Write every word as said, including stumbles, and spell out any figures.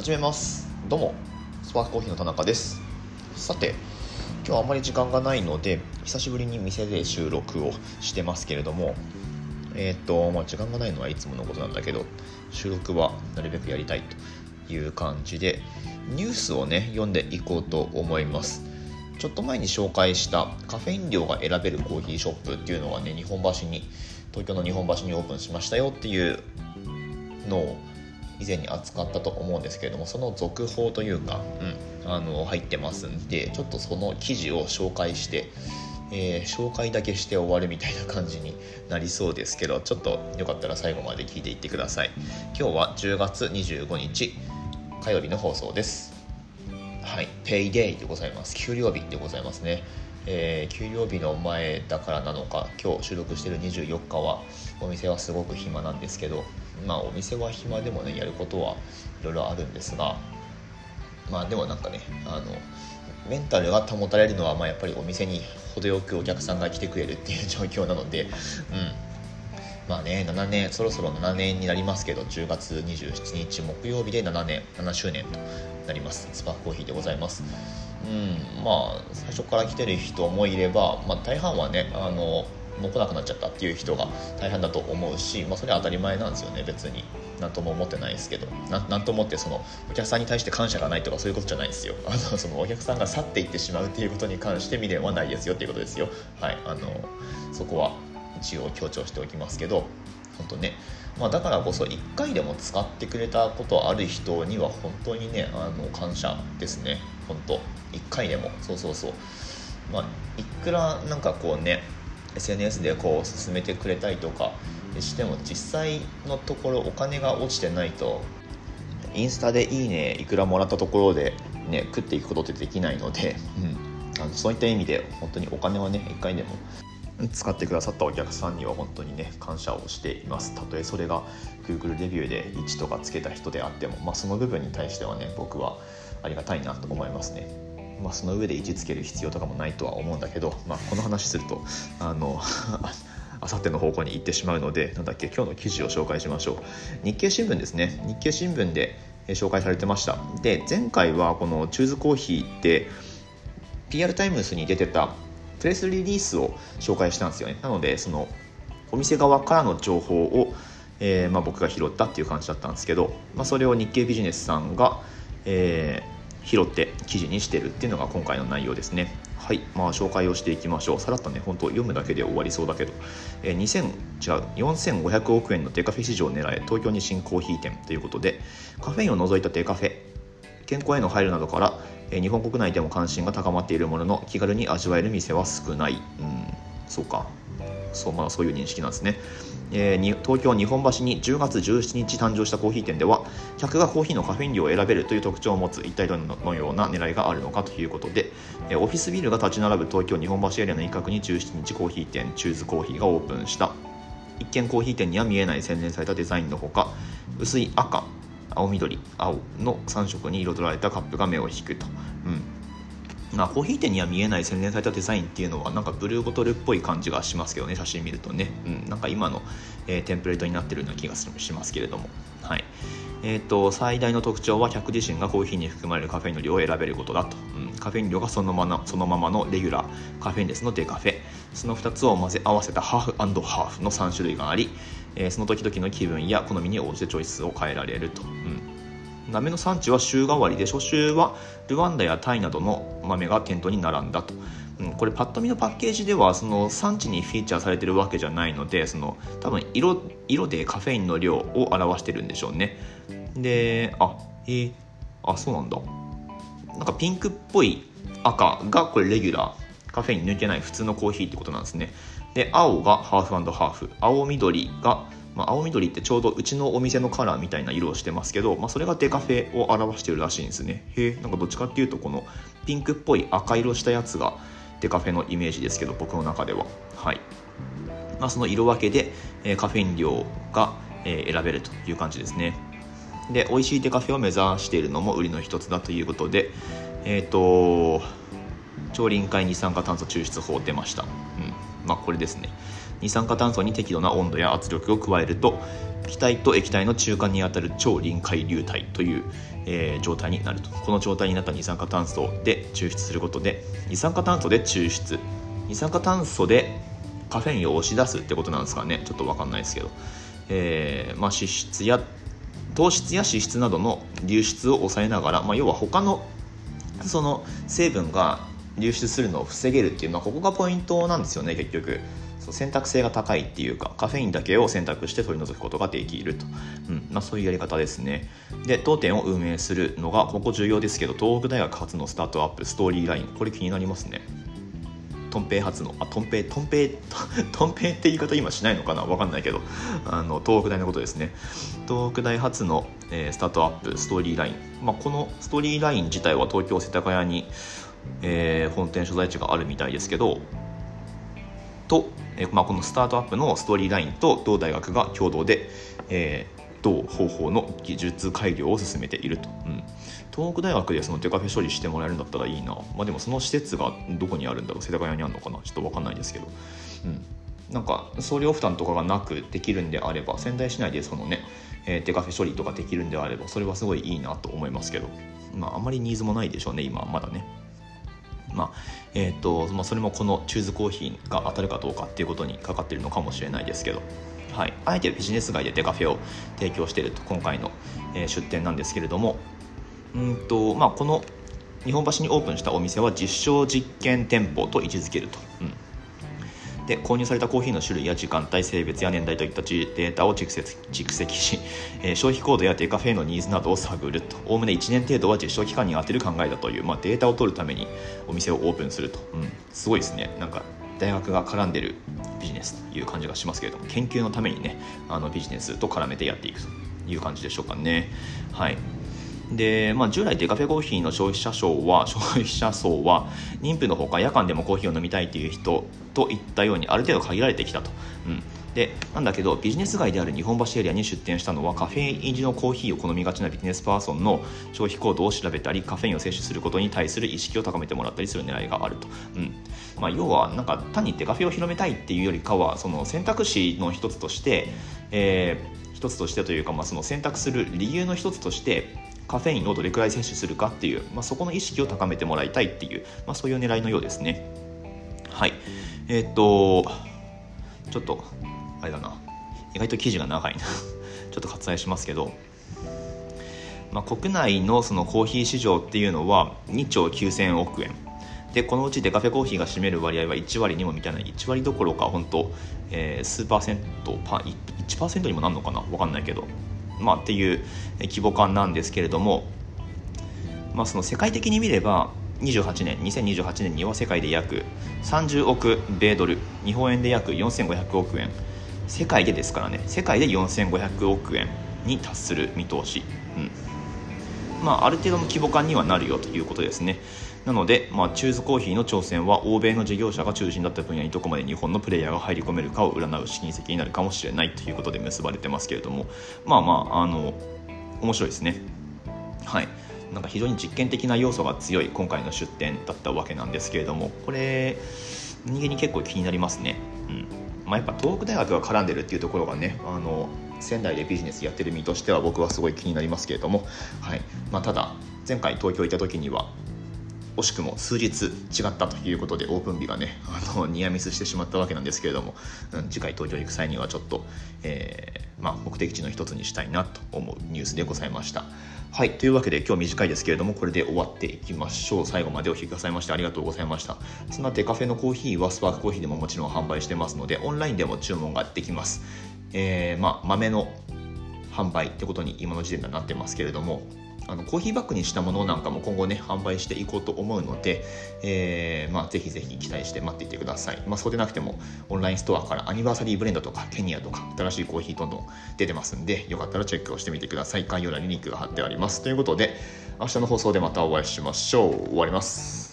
始めます。どうもスパークコーヒーの田中です。さて、今日はあんまり時間がないので久しぶりに店で収録をしてますけれども、えーっとまあ時間がないのはいつものことなんだけど、収録はなるべくやりたいという感じでニュースをね読んでいこうと思います。ちょっと前に紹介したカフェイン量が選べるコーヒーショップっていうのがね、日本橋に東京の日本橋にオープンしましたよっていうのを以前に扱ったと思うんですけれども、その続報というか、うん、あの入ってますんで、ちょっとその記事を紹介して、えー、紹介だけして終わるみたいな感じになりそうですけど、ちょっとよかったら最後まで聞いていってください。今日はじゅうがつにじゅうごにち火曜日の放送です。はい、ペイデイでございます。給料日でございますね。えー、給料日の前だからなのか、今日収録しているにじゅうよっかはお店はすごく暇なんですけど、まあお店は暇でもね、やることはいろいろあるんですが、まあでもなんかね、あのメンタルが保たれるのは、まあやっぱりお店に程よくお客さんが来てくれるっていう状況なので、うんまあね、ななねん、そろそろななねんになりますけど、じゅうがつにじゅうしちにち木曜日でななねん、ななしゅうねんとなります。スパークコーヒーでございます。うん、まあ最初から来てる人もいれば、まあ、大半はね、あのもう来なくなっちゃったっていう人が大半だと思うし、まあ、それは当たり前なんですよね。別に何とも思ってないですけど、ななんと思ってそのお客さんに対して感謝がないとかそういうことじゃないですよ。あのそのお客さんが去っていってしまうっていうことに関して未練はないですよっていうことですよ。はい、あのそこは一応強調しておきますけど、本当ね、まあ、だからこそいっかいでも使ってくれたことある人には本当にね、あの感謝ですね。本当いっかいでも、そうそうそう、まあいくらなんかこうね エスエヌエス でこう進めてくれたりとかしても、実際のところお金が落ちてないと、インスタでいいねいくらもらったところでね食っていくことってできないので、うん、あのそういった意味で本当にお金をねいっかいでも使ってくださったお客さんには本当にね感謝をしています。たとえそれが Google レビューでいちとかつけた人であっても、まあ、その部分に対してはね僕はありがたいなと思いますね。まあ、その上でいちつける必要とかもないとは思うんだけど、まあ、この話するとあのあさっての方向に行ってしまうので、なんだっけ、今日の記事を紹介しましょう。日経新聞ですね。日経新聞で紹介されてました。で、前回はこのチューズコーヒーって ピーアール タイムズに出てたプレスリリースを紹介したんですよね。なのでそのお店側からの情報を、えーまあ、僕が拾ったっていう感じだったんですけど、まあ、それを日経ビジネスさんが、えー、拾って記事にしてるっていうのが今回の内容ですね。はい、まあ、紹介をしていきましょう。さらっとね、本当読むだけで終わりそうだけど、えー、にせん違うよんせんごひゃくおくえんのデカフェ市場を狙え、東京に新コーヒー店ということで、カフェインを除いたデカフェ、健康への配慮などから日本国内でも関心が高まっているものの、気軽に味わえる店は少ない。うん、そうか、そう、まあそういう認識なんですね。えー、に東京日本橋にじゅうがつじゅうしちにち誕生したコーヒー店では、客がコーヒーのカフェイン量を選べるという特徴を持つ。一体どのような狙いがあるのかということで、えー、オフィスビルが立ち並ぶ東京日本橋エリアの一角にじゅうしちにちコーヒー店チューズコーヒーがオープンした。一見コーヒー店には見えない洗練されたデザインのほか、薄い赤、青緑、青のさんしょくに彩られたカップが目を引くと。うんまあ、コーヒー店には見えない洗練されたデザインっていうのはなんかブルーボトルっぽい感じがしますけどね、写真見るとね、うん、なんか今の、えー、テンプレートになってるような気がしますけれども、はいえー、と最大の特徴は客自身がコーヒーに含まれるカフェインの量を選べることだと、うん、カフェイン量がそのまま、そのままのレギュラー、カフェインレスのデカフェ、そのふたつを混ぜ合わせたハーフ&ハーフのさんしゅるいがあり、えー、その時々の気分や好みに応じてチョイスを変えられると。うん豆の産地は週替わりで、初週はルワンダやタイなどの豆が店頭に並んだと、うん、これパッと見のパッケージではその産地にフィーチャーされてるわけじゃないので、その多分 色, 色でカフェインの量を表してるんでしょうね。で、あ、えー、あ、そうなんだ。なんかピンクっぽい赤がこれレギュラー、カフェイン抜けない普通のコーヒーってことなんですね。で、青がハーフ&ハーフ、青緑がまあ、青緑ってちょうどうちのお店のカラーみたいな色をしてますけど、まあ、それがデカフェを表しているらしいんですね。へえ、なんかどっちかっていうとこのピンクっぽい赤色したやつがデカフェのイメージですけど、僕の中では、はいまあ、その色分けで、えー、カフェイン量が、えー、選べるという感じですね。で、美味しいデカフェを目指しているのも売りの一つだということで、えっと超臨界二酸化炭素抽出法出ました。うんまあ、これですね。 二酸化炭素に適度な温度や圧力を加えると気体と液体の中間にあたる超臨界流体という、えー、状態になると。この状態になった二酸化炭素で抽出することで二酸化炭素で抽出二酸化炭素でカフェインを押し出すってことなんですかね。ちょっと分かんないですけど、えーまあ、脂質や糖質や脂質などの流出を抑えながら、まあ、要は他のその成分が流出するのを防げるっていうのはここがポイントなんですよね。結局そう選択性が高いっていうかカフェインだけを選択して取り除くことができると、うんまあ、そういうやり方ですね。で当店を運営するのがここ重要ですけど東北大学発のスタートアップストーリーライン、これ気になりますね。トンペイ発のあトンペイトンペイトンペイって言い方今しないのかな、分かんないけどあの東北大のことですね。東北大発の、えー、スタートアップストーリーライン、まあ、このストーリーライン自体は東京世田谷に、えー、本店所在地があるみたいですけどと、えーまあ、このスタートアップのストーリーラインと同大学が共同で、えー同方法の技術改良を進めていると、うん、東北大学でそのデカフェ処理してもらえるんだったらいいな、まあ、でもその施設がどこにあるんだろう、世田谷にあるのかな、ちょっと分かんないですけど、うん、なんか送料負担とかがなくできるんであれば仙台市内でそのね、えー、デカフェ処理とかできるんであればそれはすごいいいなと思いますけど、まあ、あんまりニーズもないでしょうね今はまだね。まあえーとまあ、それもこのチューズコーヒーが当たるかどうかっていうことにかかっているのかもしれないですけど、はい、あえてビジネス街でデカフェを提供していると今回の、えー、出店なんですけれども、うんと、まあ、この日本橋にオープンしたお店は実証実験店舗と位置づけると、うん、で購入されたコーヒーの種類や時間帯、性別や年代といったデータを蓄積、蓄積し、えー、消費行動やデカフェのニーズなどを探ると。おおむねいちねん程度は実証期間に当てる考えだという、まあ、データを取るためにお店をオープンすると、うん、すごいですね。なんか大学が絡んでるビジネスという感じがしますけれども、研究のためにねあのビジネスと絡めてやっていくという感じでしょうかね。はいでまあ、従来デカフェコーヒーの消費者層は消費者層は妊婦のほか夜間でもコーヒーを飲みたいという人といったようにある程度限られてきたと、うん、でなんだけどビジネス街である日本橋エリアに出店したのはカフェイン入りのコーヒーを好みがちなビジネスパーソンの消費行動を調べたりカフェインを摂取することに対する意識を高めてもらったりする狙いがあると、うんまあ、要はなんか単にデカフェを広めたいっていうよりかはその選択肢の一つとして、えー、一つとしてというか、まあ、その選択する理由の一つとしてカフェインをどれくらい摂取するかっていう、まあ、そこの意識を高めてもらいたいっていう、まあ、そういう狙いのようですね。はいえー、っとちょっとあれだな、意外と記事が長いなちょっと割愛しますけど、まあ、国内のそのコーヒー市場っていうのはにちょうきゅうせんおくえんで、このうちデカフェコーヒーが占める割合はいちわりにも満たない、いちわりどころか本当、えー、数パーセントパいちパーセントにもなるのかな、分かんないけど、まあ、っていう規模感なんですけれども、まあ、その世界的に見ればにじゅうはちねんにせんにじゅうはちねんには世界で約さんじゅうおく米ドル、日本円で約よんせんごひゃくおくえん、世界でですからね、世界でよんせんごひゃくおくえんに達する見通し、うんまあ、ある程度の規模感にはなるよということですね。なので、まあ、チューズコーヒーの挑戦は欧米の事業者が中心だった分野にどこまで日本のプレイヤーが入り込めるかを占う試金石になるかもしれないということで結ばれてますけれども、まあまああの面白いですね。はいなんか非常に実験的な要素が強い今回の出展だったわけなんですけれども、これ人間に結構気になりますね。うんまあ、やっぱ東北大学が絡んでるっていうところがね、あの仙台でビジネスやってる身としては僕はすごい気になりますけれども、はいまあ、ただ前回東京行った時には惜しくも数日違ったということでオープン日がねあのニアミスしてしまったわけなんですけれども、うん、次回東京行く際にはちょっと、えーまあ、目的地の一つにしたいなと思うニュースでございました。はいというわけで今日短いですけれどもこれで終わっていきましょう。最後までお聞きくださいましてありがとうございました。そんなデカフェのコーヒーはスパークコーヒーでももちろん販売してますのでオンラインでも注文ができます。えーまあ、豆の販売ってことに今の時点ではなってますけれども、あのコーヒーバッグにしたものなんかも今後ね販売していこうと思うので、えーまあ、ぜひぜひ期待して待っていてください。まあ、そうでなくてもオンラインストアからアニバーサリーブレンドとかケニアとか新しいコーヒーどんどん出てますんで、よかったらチェックをしてみてください。概要欄にリンクが貼ってあります。ということで明日の放送でまたお会いしましょう。終わります。